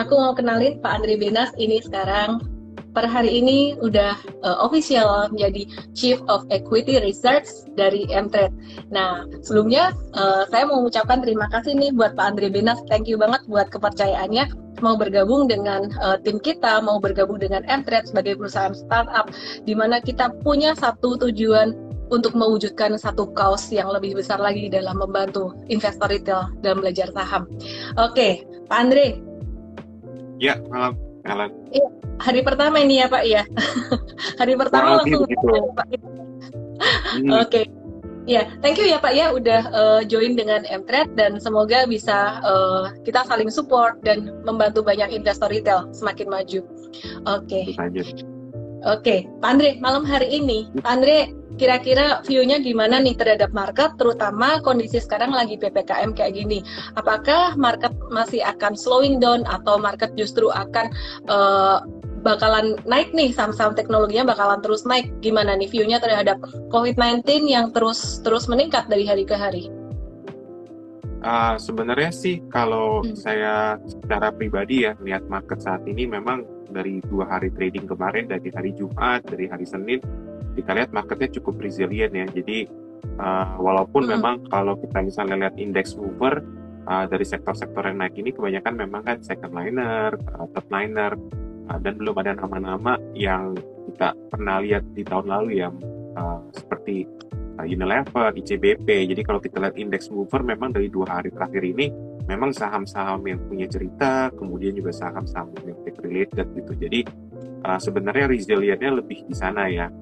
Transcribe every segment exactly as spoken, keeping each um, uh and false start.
Aku mau kenalin Pak Andre Benas ini sekarang per hari ini udah uh, official menjadi Chief of Equity Research dari M-Trade. Nah, sebelumnya uh, saya mau mengucapkan terima kasih nih buat Pak Andre Benas. Thank you banget buat kepercayaannya mau bergabung dengan uh, tim kita, mau bergabung dengan M-Trade sebagai perusahaan startup, di mana kita punya satu tujuan untuk mewujudkan satu cause yang lebih besar lagi dalam membantu investor retail dalam belajar saham. Oke, Pak Andre. Ya, malam, Alan. Iya, hari pertama ini ya Pak ya. Hari pertama Kurang langsung. lebih begitu. Hmm. Oke. Okay. Ya, thank you ya Pak ya udah uh, join dengan M-Trade dan semoga bisa uh, kita saling support dan membantu banyak investor retail semakin maju. Oke. Tentu saja. Oke, Pak Andre, malam hari ini, Pak Andre, kira-kira view-nya gimana nih terhadap market, terutama kondisi sekarang lagi P P K M kayak gini? Apakah market masih akan slowing down atau market justru akan uh, bakalan naik nih, saham-saham teknologinya bakalan terus naik? Gimana nih view-nya terhadap covid sembilan belas yang terus terus meningkat dari hari ke hari? Uh, sebenarnya sih kalau hmm. saya secara pribadi ya lihat market saat ini memang dari dua hari trading kemarin, dari hari Jumat, dari hari Senin, kita lihat marketnya cukup resilient ya. Jadi uh, walaupun hmm. memang kalau kita misalnya lihat index mover uh, dari sektor-sektor yang naik ini kebanyakan memang kan second liner, uh, third liner, uh, dan belum ada nama-nama yang kita pernah lihat di tahun lalu ya, uh, seperti Unilever, I C B P. Jadi kalau kita lihat index mover memang dari dua hari terakhir ini memang saham-saham yang punya cerita, kemudian juga saham-saham yang tech related gitu. Jadi uh, sebenarnya resilientnya lebih di sana ya.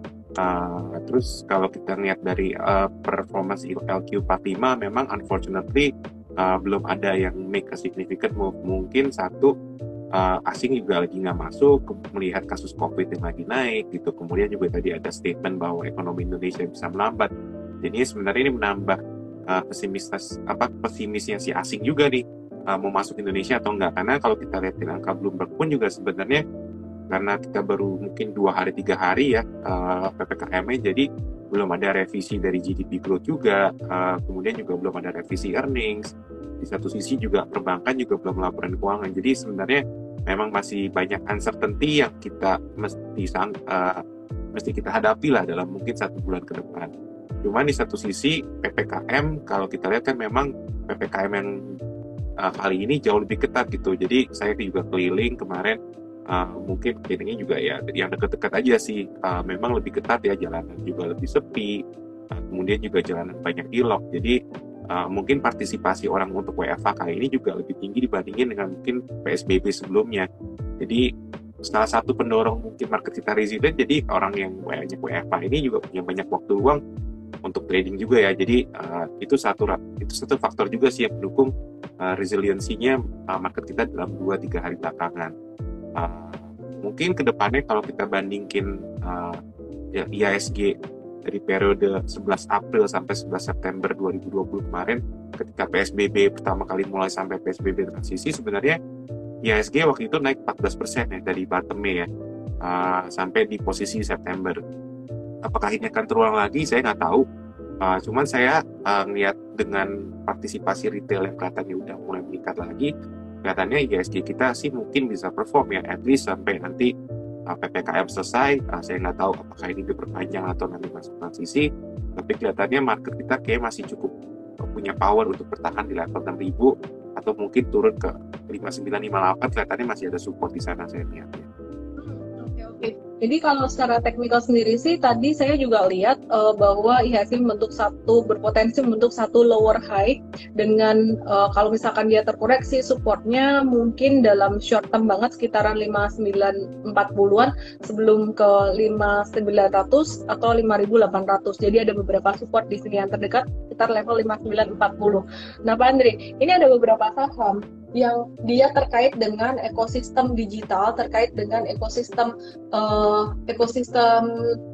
Uh, terus kalau kita lihat dari uh, performance L Q empat puluh lima memang unfortunately uh, belum ada yang make a significant move. Mungkin satu uh, asing juga lagi nggak masuk, melihat kasus COVID yang lagi naik gitu. Kemudian juga tadi ada statement bahwa ekonomi Indonesia bisa melambat. Jadi sebenarnya ini menambah uh, pesimis apa pesimisnya si asing juga nih uh, mau masuk Indonesia atau enggak. Karena kalau kita lihat di angka Bloomberg pun juga sebenarnya karena kita baru mungkin dua hari tiga hari ya uh, P P K M-nya, jadi belum ada revisi dari G D P growth juga, uh, kemudian juga belum ada revisi earnings. Di satu sisi juga perbankan juga belum laporan keuangan. Jadi sebenarnya memang masih banyak uncertainty yang kita mesti sang, uh, mesti kita hadapi lah dalam mungkin satu bulan ke depan. Cuman di satu sisi P P K M kalau kita lihat kan memang P P K M yang uh, kali ini jauh lebih ketat gitu. Jadi saya juga keliling kemarin, uh, mungkin kelilingnya juga ya yang dekat-dekat aja sih. Uh, memang lebih ketat ya, jalanan juga lebih sepi. Uh, kemudian juga jalanan banyak di lock. Jadi uh, mungkin partisipasi orang untuk W F H kali ini juga lebih tinggi dibandingin dengan mungkin P S B B sebelumnya. Jadi salah satu pendorong mungkin market kita resilient, jadi orang yang banyak W F H ini juga punya banyak waktu luang untuk trading juga ya. Jadi uh, itu satu itu satu faktor juga sih yang mendukung uh, resiliensinya uh, market kita dalam dua tiga hari belakangan. Uh, mungkin kedepannya kalau kita bandingkan uh, ya, I H S G dari periode sebelas April sampai sebelas September dua ribu dua puluh kemarin ketika P S B B pertama kali mulai sampai P S B B transisi, sebenarnya I H S G waktu itu naik empat belas persen ya dari bottomnya ya, uh, sampai di posisi September. Apakah ini akan terulang lagi? Saya nggak tahu. Uh, cuman saya uh, ngeliat dengan partisipasi retail yang kelihatannya udah mulai meningkat lagi, kelihatannya I H S G kita sih mungkin bisa perform ya, at least sampai nanti uh, P P K M selesai. Uh, saya nggak tahu apakah ini diperpanjang atau nanti masuk transisi. Tapi kelihatannya market kita kayak masih cukup punya power untuk bertahan di level enam ribu atau mungkin turun ke lima sembilan lima delapan. Kelihatannya masih ada support di sana saya lihatnya. Oke, oke. Jadi kalau secara teknikal sendiri sih tadi saya juga lihat uh, bahwa I H S G membentuk satu berpotensi membentuk satu lower high dengan uh, kalau misalkan dia terkoreksi supportnya mungkin dalam short term banget sekitaran lima sembilan empat puluhan sebelum ke lima sembilan ratus atau lima ribu delapan ratus. Jadi ada beberapa support di sini yang terdekat sekitar level lima sembilan empat puluh. Nah Pak Andre, ini ada beberapa saham yang dia terkait dengan ekosistem digital, terkait dengan ekosistem uh, ekosistem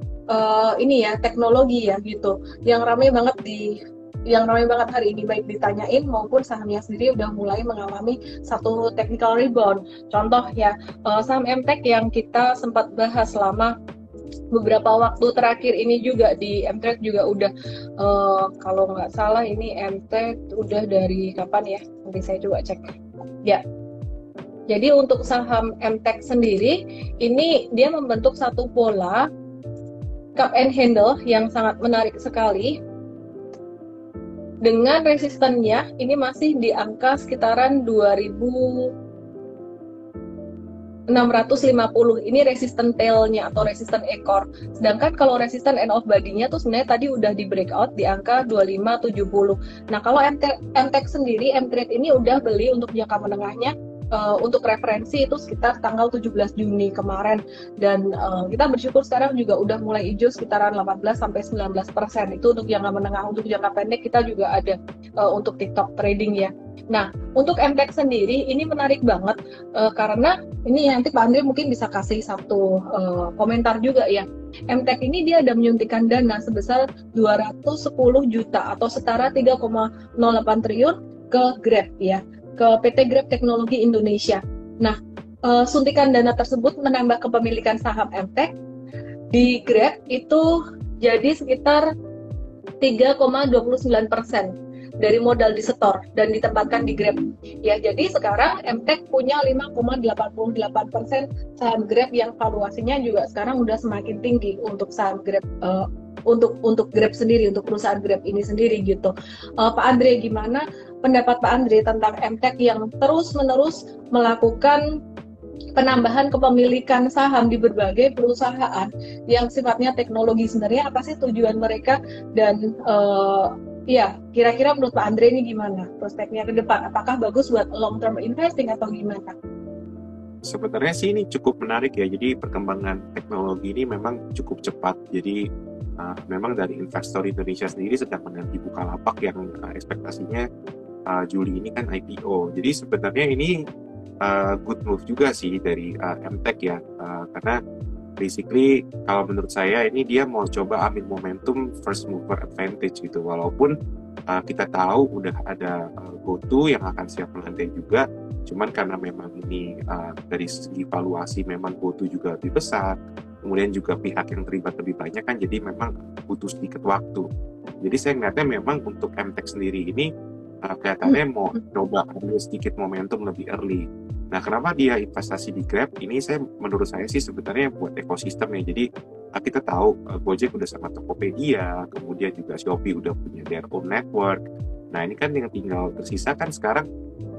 uh, ini ya teknologi ya gitu, yang ramai banget di yang ramai banget hari ini, baik ditanyain maupun sahamnya sendiri udah mulai mengalami satu technical rebound. Contoh ya uh, saham M-Tech yang kita sempat bahas selama beberapa waktu terakhir ini juga di M-Trade juga udah uh, kalau nggak salah ini M-Trade udah dari kapan ya? Nanti saya coba cek. Ya, Jadi untuk saham M T E C sendiri, ini dia membentuk satu pola cup and handle yang sangat menarik sekali. Dengan resistennya, ini masih di angka sekitaran dua ribu enam ratus lima puluh. Ini resisten tail-nya atau resisten ekor. Sedangkan kalau resisten end of body-nya tuh sebenarnya tadi udah di breakout di angka dua ribu lima ratus tujuh puluh. Nah, kalau M T E C sendiri, M-Trade ini udah beli untuk jangka menengahnya. Uh, untuk referensi itu sekitar tanggal tujuh belas Juni kemarin, dan uh, kita bersyukur sekarang juga udah mulai hijau sekitaran delapan belas sampai sembilan belas persen. Itu untuk jangka menengah. Untuk jangka pendek kita juga ada uh, untuk TikTok trading ya. Nah, untuk M T E C sendiri ini menarik banget uh, karena ini nanti Pak Andre mungkin bisa kasih satu uh, komentar juga ya. M T E C ini dia ada menyuntikkan dana sebesar dua ratus sepuluh juta atau setara tiga koma nol delapan triliun ke Grab ya, ke P T Grab Teknologi Indonesia. Nah, uh, suntikan dana tersebut menambah kepemilikan saham M T E C di Grab itu jadi sekitar tiga koma dua puluh sembilan persen dari modal disetor dan ditempatkan di Grab. Ya, jadi sekarang M T E C punya lima koma delapan puluh delapan persen saham Grab yang valuasinya juga sekarang udah semakin tinggi untuk saham Grab, uh, untuk untuk Grab sendiri, untuk perusahaan Grab ini sendiri gitu. Uh, Pak Andre, gimana pendapat Pak Andre tentang M T E C yang terus-menerus melakukan penambahan kepemilikan saham di berbagai perusahaan yang sifatnya teknologi? Sebenarnya apa sih tujuan mereka, dan uh, ya kira-kira menurut Pak Andre ini gimana prospeknya ke depan? Apakah bagus buat long term investing atau gimana? Sebenarnya sih ini cukup menarik ya. Jadi perkembangan teknologi ini memang cukup cepat. Jadi uh, memang dari investor Indonesia sendiri sedang menanti Bukalapak yang uh, ekspektasinya uh, Juli ini kan I P O. Jadi sebenarnya ini uh, good move juga sih dari uh, M T E C ya, uh, karena basically kalau menurut saya ini dia mau coba ambil momentum first mover advantage gitu. Walaupun uh, kita tahu udah ada uh, GoTo yang akan siap melandai juga, cuman karena memang ini uh, dari segi valuasi memang GoTo juga lebih besar, kemudian juga pihak yang terlibat lebih banyak kan, jadi memang butuh sedikit waktu. Jadi saya ngeliatnya memang untuk M T E C sendiri ini uh, kelihatannya mau coba ambil sedikit momentum lebih early. Nah, kenapa dia investasi di Grab? Ini saya menurut saya sih sebenarnya buat ekosistem ya. Jadi kita tahu uh, Gojek udah sama Tokopedia, kemudian juga Shopee udah punya their own network. Nah, ini kan yang tinggal tersisa kan sekarang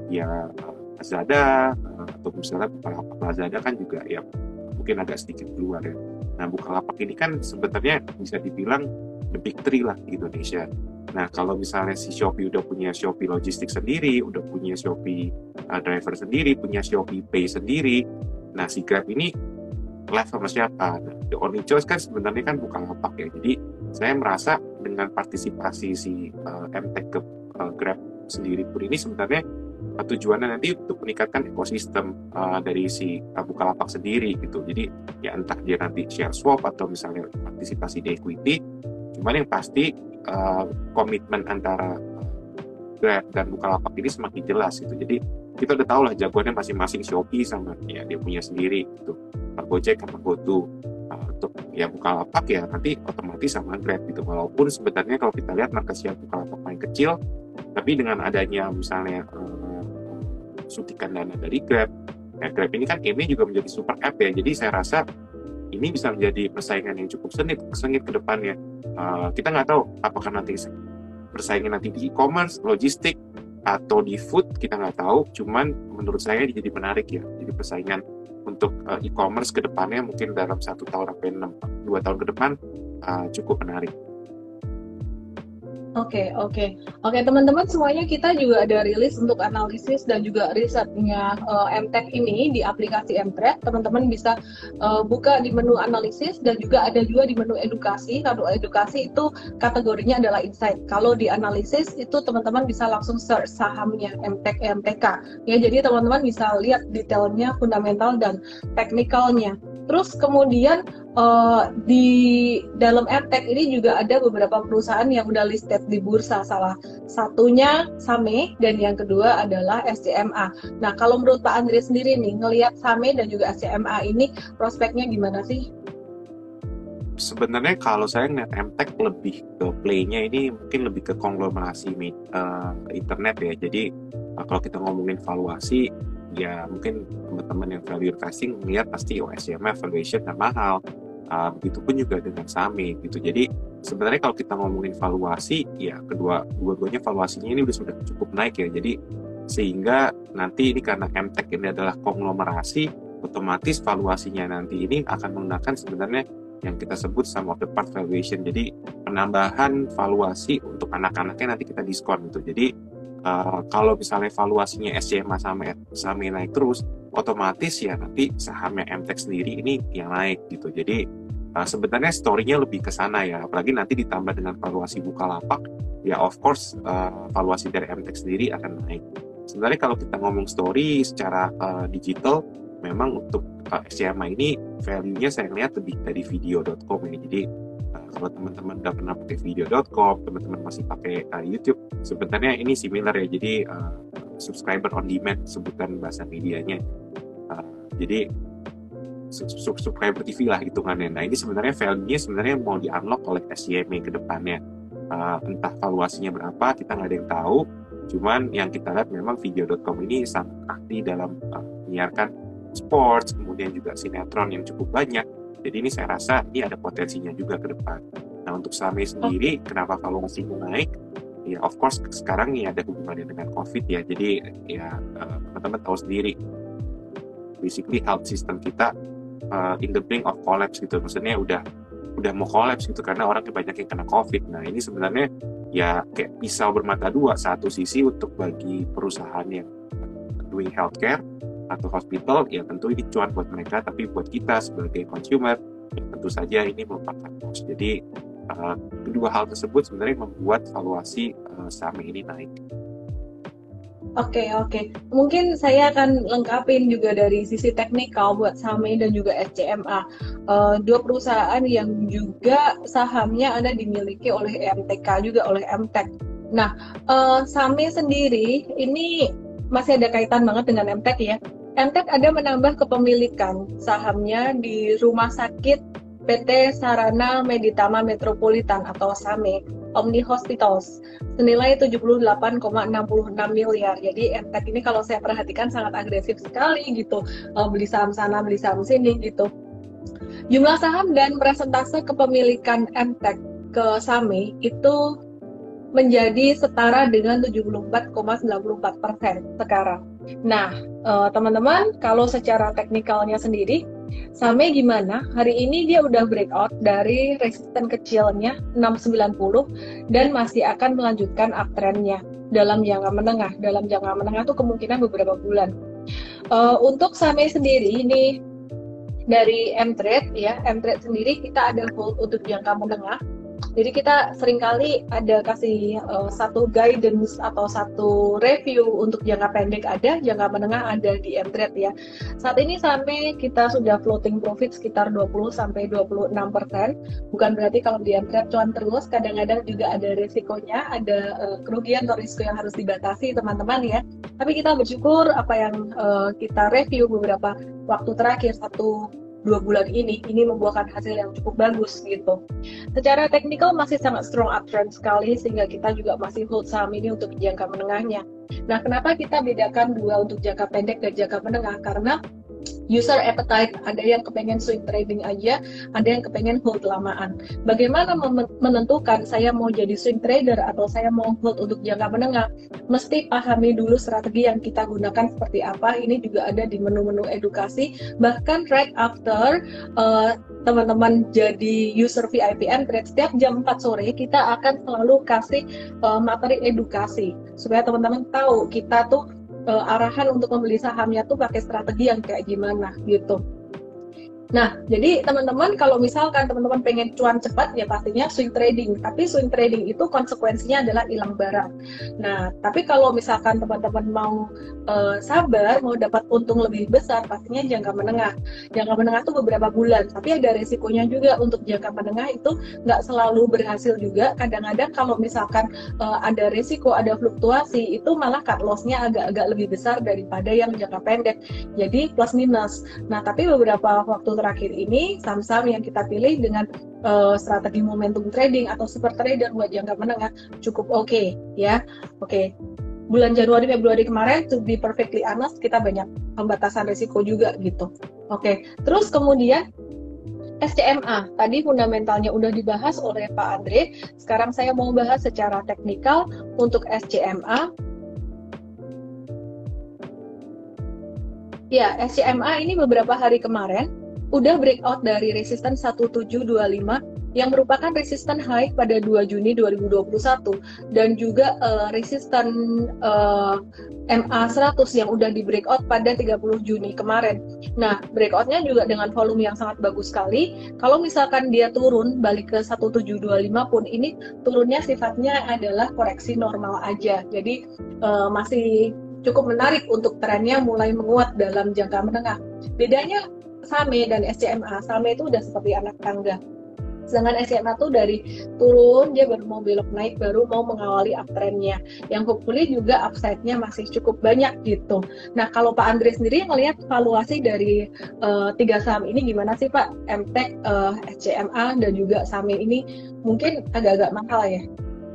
ya uh, Lazada, uh, atau misalnya Bukalapak. Lazada kan juga ya mungkin agak sedikit keluar ya. Nah, Bukalapak ini kan sebenarnya bisa dibilang the big three lah di Indonesia. Nah, kalau misalnya si Shopee udah punya Shopee Logistics sendiri, udah punya Shopee uh, Driver sendiri, punya Shopee Pay sendiri, nah si Grab ini left sama siapa? Nah, the only choice kan sebenarnya kan Bukalapak ya. Jadi saya merasa dengan partisipasi si uh, M T E C ke uh, Grab sendiri pun ini sebenarnya uh, tujuannya nanti untuk meningkatkan ekosistem uh, dari si uh, Bukalapak sendiri gitu. Jadi ya entah dia nanti share swap atau misalnya partisipasi di equity, cuman yang pasti uh, komitmen antara Grab dan Bukalapak ini semakin jelas gitu. Jadi kita udah tahu lah jagoannya masing-masing, Shopee sama ya dia punya sendiri gitu, Gojek sama GoTo. Uh, untuk ya Bukalapak ya nanti otomatis sama Grab gitu. Walaupun sebenarnya kalau kita lihat market share Bukalapak paling kecil, tapi dengan adanya misalnya uh, suntikan dana dari Grab, ya Grab ini kan aimnya juga menjadi super app ya. Jadi saya rasa ini bisa menjadi persaingan yang cukup sengit, sengit ke depannya. Uh, kita nggak tahu apakah nanti persaingan nanti di e-commerce, logistik, atau di food, kita nggak tahu. Cuman menurut saya jadi menarik ya. Jadi persaingan untuk uh, e-commerce ke depannya mungkin dalam satu tahun sampai enam, dua tahun ke depan uh, cukup menarik. Oke, okay, oke. Okay. Oke, okay, teman-teman semuanya, kita juga ada rilis untuk analisis dan juga risetnya uh, M T E C ini di aplikasi M-Trade. Teman-teman bisa uh, buka di menu analisis dan juga ada juga di menu edukasi. Kalau edukasi itu kategorinya adalah insight. Kalau di analisis itu teman-teman bisa langsung search sahamnya M T E C M T K. Ya, jadi teman-teman bisa lihat detailnya, fundamental dan teknikalnya. Terus kemudian uh, di dalam M T E C ini juga ada beberapa perusahaan yang udah listed di bursa. Salah satunya Same dan yang kedua adalah S C M A. Nah, kalau menurut Pak Andre sendiri nih, ngelihat Same dan juga S C M A ini prospeknya gimana sih? Sebenarnya kalau saya ngeliat M T E C lebih ke play-nya ini mungkin lebih ke konglomerasi uh, internet ya. Jadi uh, kalau kita ngomongin valuasi, ya mungkin teman-teman yang value investing melihat pasti oh S C M valuation dan mahal. Uh, begitupun juga dengan Same gitu. Jadi sebenarnya kalau kita ngomongin valuasi, ya kedua dua-duanya valuasinya ini sudah cukup naik ya. Jadi sehingga nanti ini karena M Tech ini adalah konglomerasi, otomatis valuasinya nanti ini akan menggunakan sebenarnya yang kita sebut sum of the part valuation. Jadi penambahan valuasi untuk anak-anaknya nanti kita diskon gitu. Jadi uh, kalau misalnya valuasinya S C M sama Same naik terus, otomatis ya nanti sahamnya M Tech sendiri ini yang naik gitu. Jadi uh, sebenarnya story-nya lebih ke sana ya. Apalagi nanti ditambah dengan valuasi Bukalapak, ya of course uh, valuasi dari M Tech sendiri akan naik. Sebenarnya kalau kita ngomong story secara uh, digital, memang untuk uh, S C M A ini value-nya saya lihat lebih dari video dot com ini. Jadi uh, kalau teman-teman udah pernah pakai video dot com, teman-teman masih pakai uh, YouTube, sebenarnya ini similar ya. Jadi uh, subscriber on demand sebutan bahasa medianya. Uh, jadi sub subscriber T V lah hitungannya. Nah ini sebenarnya value-nya sebenarnya mau di-unlock oleh S C M A ke depannya. Uh, entah valuasinya berapa, kita nggak ada yang tahu. Cuman yang kita lihat memang video dot com ini sangat aktif dalam uh, menyiarkan sports, kemudian juga sinetron yang cukup banyak. Jadi ini saya rasa ini ada potensinya juga ke depan. Nah untuk Same sendiri, kenapa valuasinya naik? Ya of course sekarang ini ada hubungannya dengan COVID ya. Jadi ya uh, teman-teman tahu sendiri, basically health system kita uh, in the brink of collapse gitu. Maksudnya udah udah mau collapse gitu karena orang banyak yang kena COVID. Nah ini sebenarnya ya kayak pisau bermata dua. Satu sisi untuk bagi perusahaan yang doing healthcare atau hospital, ya tentu ini cuan buat mereka, tapi buat kita sebagai consumer, ya tentu saja ini merupakan loss. Jadi uh, kedua hal tersebut sebenarnya membuat valuasi uh, Same ini naik. Oke, okay, oke. Okay. Mungkin saya akan lengkapin juga dari sisi teknikal buat Same dan juga S C M A. Uh, dua perusahaan yang juga sahamnya ada dimiliki oleh M T K juga oleh M Tech. Nah, uh, Same sendiri ini masih ada kaitan banget dengan M Tech ya. M Tech ada menambah kepemilikan sahamnya di Rumah Sakit P T Sarana Meditama Metropolitan atau Same Omni Hospitals senilai tujuh puluh delapan koma enam enam miliar. Jadi M Tech ini kalau saya perhatikan sangat agresif sekali gitu, beli saham sana, beli saham sini gitu. Jumlah saham dan persentase kepemilikan M Tech ke Same itu menjadi setara dengan tujuh puluh empat koma sembilan empat persen sekarang. Nah, teman-teman, kalau secara teknikalnya sendiri, Same gimana? Hari ini dia udah breakout dari resisten kecilnya enam sembilan nol dan masih akan melanjutkan uptrend-nya dalam jangka menengah. Dalam jangka menengah itu kemungkinan beberapa bulan. Uh, untuk Same sendiri ini dari M-Trade ya, M-Trade sendiri kita ada hold untuk jangka menengah. Jadi kita seringkali ada kasih uh, satu guidance atau satu review untuk jangka pendek ada, jangka menengah ada di M-Trade ya. Saat ini sampai kita sudah floating profit sekitar dua puluh sampai dua puluh enam persen. Bukan berarti kalau di M-Trade cuan terus, kadang-kadang juga ada resikonya, ada uh, kerugian atau risiko yang harus dibatasi teman-teman ya. Tapi kita bersyukur apa yang uh, kita review beberapa waktu terakhir, satu dua bulan ini, ini membuahkan hasil yang cukup bagus gitu. Secara teknikal masih sangat strong uptrend sekali, sehingga kita juga masih hold saham ini untuk jangka menengahnya. Nah, kenapa kita bedakan dua untuk jangka pendek dan jangka menengah? Karena user appetite, ada yang kepengen swing trading aja, ada yang kepengen hold lamaan. Bagaimana menentukan saya mau jadi swing trader atau saya mau hold untuk jangka menengah? Mesti pahami dulu strategi yang kita gunakan seperti apa. Ini juga ada di menu-menu edukasi. Bahkan right after uh, teman-teman jadi user V I P M-Trade, setiap jam empat sore kita akan selalu kasih uh, materi edukasi supaya teman-teman tahu kita tuh Uh, arahan untuk membeli sahamnya tuh pakai strategi yang kayak gimana gitu. Nah, jadi teman-teman kalau misalkan teman-teman pengen cuan cepat ya pastinya swing trading. Tapi swing trading itu konsekuensinya adalah hilang barang. Nah, tapi kalau misalkan teman-teman mau uh, sabar, mau dapat untung lebih besar, pastinya jangka menengah. Jangka menengah itu beberapa bulan, tapi ada resikonya juga untuk jangka menengah itu nggak selalu berhasil juga. Kadang-kadang kalau misalkan uh, ada resiko, ada fluktuasi, itu malah cut loss-nya agak-agak lebih besar daripada yang jangka pendek. Jadi plus minus. Nah, tapi beberapa waktu terakhir ini saham-saham yang kita pilih dengan uh, strategi momentum trading atau super trader buat jangka menengah cukup oke okay, ya. Oke. Okay. Bulan Januari Februari kemarin, to be perfectly honest, kita banyak pembatasan risiko juga gitu. Oke, terus kemudian S C M A, tadi fundamentalnya udah dibahas oleh Pak Andre. Sekarang saya mau bahas secara teknikal untuk S C M A. Ya, S C M A ini beberapa hari kemarin udah breakout dari resisten satu tujuh dua lima yang merupakan resisten high pada dua Juni dua ribu dua puluh satu dan juga uh, resisten uh, M A seratus yang udah di breakout pada tiga puluh Juni kemarin. Nah, breakoutnya juga dengan volume yang sangat bagus sekali. Kalau misalkan dia turun balik ke satu tujuh dua lima pun, ini turunnya sifatnya adalah koreksi normal aja. Jadi uh, masih cukup menarik untuk trennya mulai menguat dalam jangka menengah. Bedanya S A M E dan S C M A, S A M E itu udah seperti anak tangga. Sedangkan S C M A tuh dari turun, dia baru mau belok naik, baru mau mengawali uptrendnya. Yang hopefully juga upside-nya masih cukup banyak gitu. Nah, kalau Pak Andre sendiri ngelihat valuasi dari uh, tiga saham ini gimana sih Pak? M T E C, uh, S C M A, dan juga S A M E ini mungkin agak-agak mahal ya?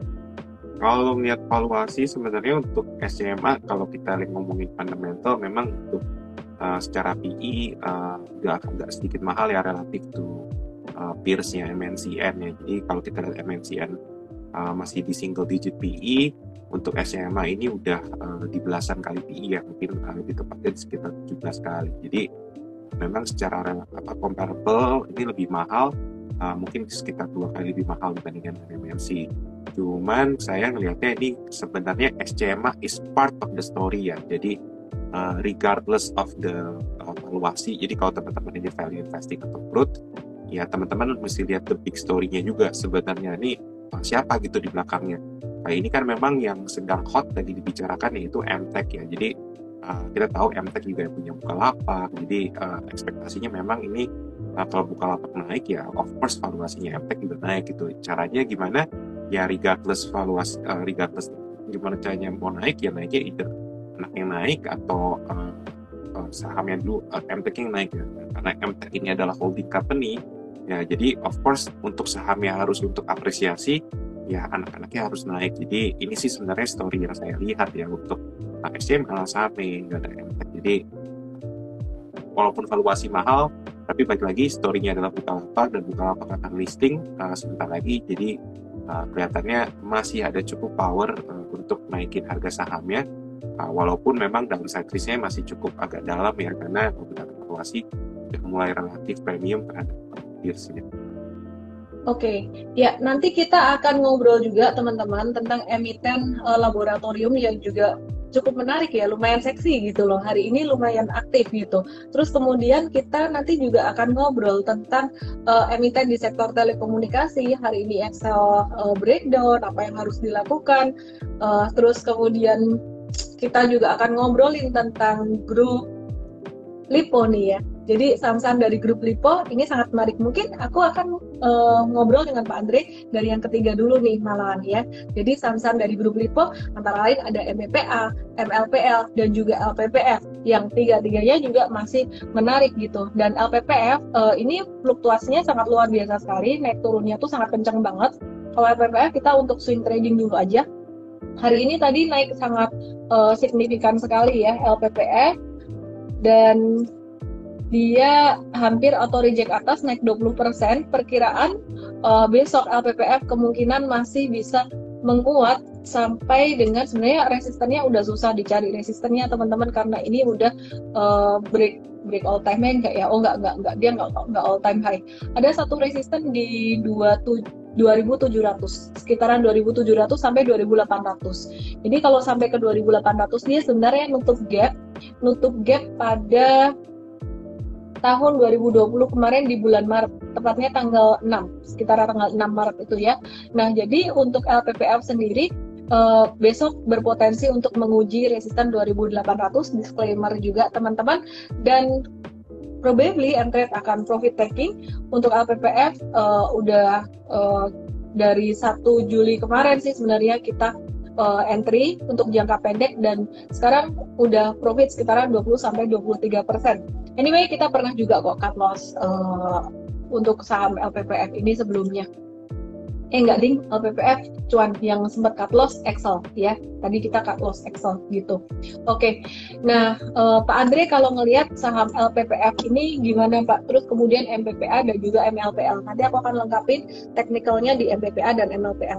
Kalau melihat valuasi sebenarnya untuk S C M A, kalau kita ngomongin fundamental, memang untuk uh, secara P E uh, agak, agak sedikit mahal ya relatif tuh Uh, peers-nya M N C N ya. Jadi kalau kita lihat M N C N uh, masih di single digit P E, untuk S C M A ini udah uh, di belasan kali P E ya, mungkin uh, lebih tepatnya sekitar tujuh belas kali. Jadi memang secara apa comparable ini lebih mahal, uh, mungkin sekitar dua kali lebih mahal dibandingkan M N C. Cuman saya ngelihatnya ini sebenarnya S C M A is part of the story ya. Jadi uh, regardless of the uh, valuasi, jadi kalau teman-teman ini value investing atau growth, ya teman-teman mesti lihat the big story-nya juga sebenarnya ini siapa gitu di belakangnya. Nah ini kan memang yang sedang hot tadi dibicarakan yaitu M T E C ya. Jadi uh, kita tahu M T E C juga punya Bukalapak. Jadi uh, ekspektasinya memang ini uh, kalau Bukalapak naik ya of course valuasinya M T E C juga naik gitu. Caranya gimana? Ya regardless valuasi, uh, regardless gimana caranya mau naik ya naiknya either anaknya naik atau uh, uh, sahamnya dulu uh, M T E C yang naik ya. Karena M T E C ini adalah holding company. Ya, jadi of course untuk sahamnya harus untuk apresiasi, ya anak-anaknya harus naik. Jadi ini sih sebenarnya story yang saya lihat ya untuk S C M A, S A M E, nggak ada M T E C. Jadi walaupun valuasi mahal, tapi balik lagi story-nya adalah Bukalapak dan Bukalapak akan listing uh, sebentar lagi. Jadi uh, kelihatannya masih ada cukup power uh, untuk naikin harga sahamnya. Uh, walaupun memang downside risk-nya masih cukup agak dalam ya, karena beberapa valuasi sudah mulai relatif premium terhadap peers ya. Oke, ya nanti kita akan ngobrol juga teman-teman tentang emiten uh, laboratorium yang juga cukup menarik ya, lumayan seksi gitu loh. Hari ini lumayan aktif gitu. Terus kemudian kita nanti juga akan ngobrol tentang uh, emiten di sektor telekomunikasi. Hari ini Excel uh, breakdown, apa yang harus dilakukan. Uh, terus kemudian kita juga akan ngobrolin tentang grup Lipo nih ya. Jadi saham-saham dari grup Lipo ini sangat menarik. Mungkin aku akan uh, ngobrol dengan Pak Andre dari yang ketiga dulu nih malahan ya. Jadi saham-saham dari grup Lipo antara lain ada M B P A, M L P L, dan juga L P P F. Yang tiga-tiganya juga masih menarik gitu. Dan L P P F uh, ini fluktuasinya sangat luar biasa sekali. Naik turunnya tuh sangat kencang banget. Kalau L P P F kita untuk swing trading dulu aja. Hari ini tadi naik sangat uh, signifikan sekali ya L P P F. Dan dia hampir auto reject atas naik dua puluh persen. Perkiraan uh, besok L P P F kemungkinan masih bisa menguat sampai dengan sebenarnya resistennya udah susah dicari resistennya teman-teman, karena ini udah uh, break break all time high enggak ya? Oh enggak enggak enggak dia enggak enggak all time high. Ada satu resisten di dua ribu tujuh ratus, sekitaran dua ribu tujuh ratus sampai dua ribu delapan ratus. Jadi kalau sampai ke dua ribu delapan ratus dia sebenarnya nutup gap, nutup gap pada tahun dua ribu dua puluh kemarin di bulan Maret, tepatnya tanggal enam, sekitar tanggal enam Maret itu ya. Nah, jadi untuk L P P F sendiri uh, besok berpotensi untuk menguji resisten dua ribu delapan ratus, disclaimer juga teman-teman, dan probably entry akan profit taking. Untuk L P P F uh, udah uh, dari satu Juli kemarin sih sebenarnya kita uh, entry untuk jangka pendek, dan sekarang udah profit sekitaran dua puluh sampai dua puluh tiga persen. Anyway, kita pernah juga kok cut loss uh, untuk saham L P P F ini sebelumnya. eh enggak ding, L P P F cuan yang sempat cut loss Excel ya. Tadi kita cut loss Excel gitu. Oke. Nah, eh, Pak Andre kalau ngelihat saham L P P F ini gimana Pak? Terus kemudian M P P A dan juga M L P L. Nanti aku akan lengkapin teknikalnya di M P P A dan M L P L.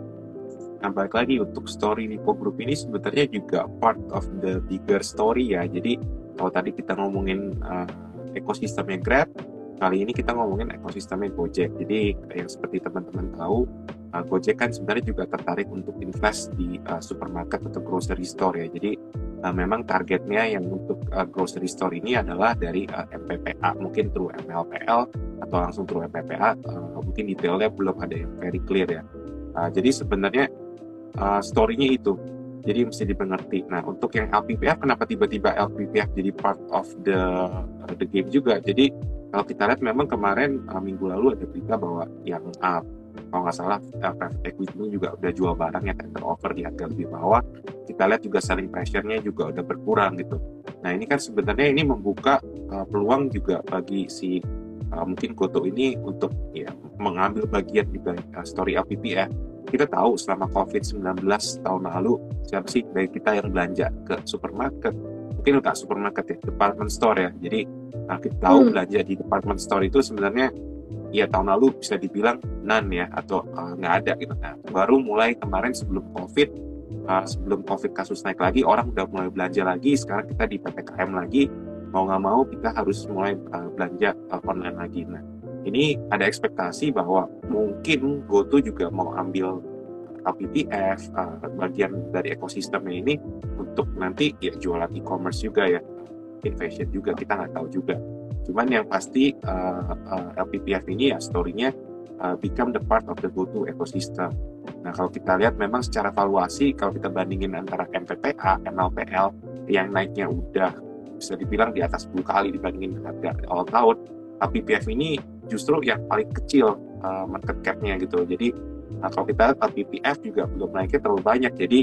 Nah, balik lagi untuk story Lipo Group ini sebenarnya juga part of the bigger story ya. Jadi kalau tadi kita ngomongin uh, ekosistemnya Grab, kali ini kita ngomongin ekosistemnya Gojek. Jadi yang seperti teman-teman tahu, uh, Gojek kan sebenarnya juga tertarik untuk invest di uh, supermarket atau grocery store ya. Jadi uh, memang targetnya yang untuk uh, grocery store ini adalah dari uh, M P P A, mungkin through M L P L atau langsung through M P P A. Uh, mungkin detailnya belum ada yang very clear ya. Uh, jadi sebenarnya uh, story-nya itu. Jadi mesti dimengerti. Nah, untuk yang L P P F, kenapa tiba-tiba L P P F jadi part of the uh, the game juga? Jadi kalau kita lihat memang kemarin uh, minggu lalu ada berita bahwa yang uh, kalau nggak salah uh, private equity juga udah jual barang yang tender offer di harga lebih bawah. Kita lihat juga selling pressure-nya juga udah berkurang gitu. Nah, ini kan sebenarnya ini membuka uh, peluang juga bagi si uh, mungkin Goto ini untuk ya mengambil bagian di uh, story L P P F. Kita tahu selama covid sembilan belas tahun lalu, siapa sih dari kita yang belanja ke supermarket, mungkin nggak supermarket ya, department store ya. Jadi nah, kita tahu hmm. belanja di department store itu sebenarnya ya tahun lalu bisa dibilang none ya, atau uh, nggak ada gitu. Nah, baru mulai kemarin sebelum covid, uh, sebelum covid kasus naik lagi, orang udah mulai belanja lagi. Sekarang kita di P P K M lagi, mau nggak mau kita harus mulai uh, belanja uh, online lagi. Nah, ini ada ekspektasi bahwa mungkin GoTo juga mau ambil L P P F, uh, bagian dari ekosistemnya ini untuk nanti ya jualan e-commerce juga ya, in fashion juga, kita nggak tahu juga. Cuman yang pasti uh, uh, L P P F ini ya story-nya uh, become the part of the GoTo ecosystem. Nah, kalau kita lihat memang secara valuasi, kalau kita bandingin antara M P P A, M L P L yang naiknya udah bisa dibilang di atas sepuluh kali dibandingin harga awal tahun, L P P F ini justru yang paling kecil uh, market cap-nya gitu. Jadi uh, kalau kita lihat L P P F juga belum naiknya terlalu banyak. Jadi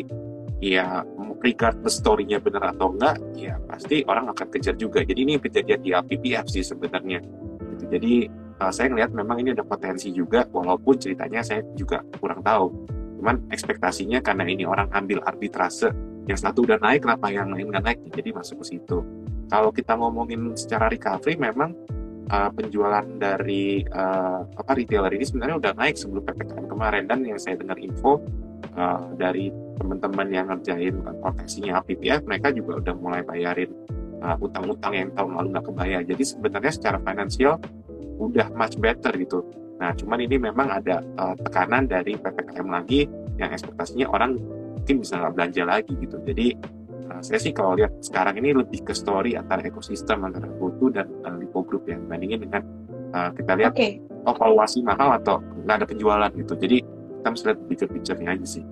ya regardless story-nya benar atau enggak, ya pasti orang akan kejar juga. Jadi ini kejadian di L P P F sih sebenarnya. Gitu. Jadi uh, saya ngelihat memang ini ada potensi juga, walaupun ceritanya saya juga kurang tahu. Cuman ekspektasinya karena ini orang ambil arbitrase, yang satu udah naik, kenapa yang lain nggak naik? Jadi masuk ke situ. Kalau kita ngomongin secara recovery, memang Uh, penjualan dari uh, apa retailer ini sebenarnya udah naik sebelum P P K M kemarin, dan yang saya dengar info uh, dari teman-teman yang ngerjain proteksinya L P P F, mereka juga udah mulai bayarin uh, utang-utang yang tahun lalu nggak kebayar. Jadi sebenarnya secara finansial udah much better gitu. Nah, cuman ini memang ada uh, tekanan dari P P K M lagi yang ekspektasinya orang mungkin bisa nggak belanja lagi gitu. Jadi Uh, saya sih kalau lihat sekarang ini lebih ke story antara ekosistem antara GoTo dan uh, Lipo Group yang bandingin dengan uh, kita lihat okay. oh valuasi mahal atau nggak ada penjualan gitu. Jadi kita mesti lihat bigger picture-nya aja sih.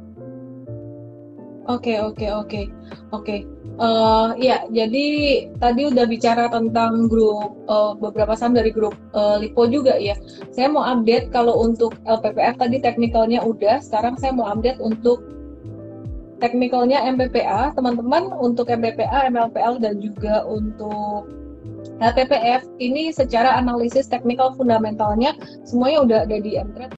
Oke okay, oke okay, oke okay. oke. Okay. Uh, ya jadi tadi udah bicara tentang grup uh, beberapa saham dari grup uh, Lipo juga ya. Saya mau update kalau untuk L P P F tadi teknikalnya udah. Sekarang saya mau update untuk teknikalnya M P P A, teman-teman. Untuk M P P A, M L P L, dan juga untuk L P P F ini secara analisis teknikal fundamentalnya semuanya udah ada di M-Trade.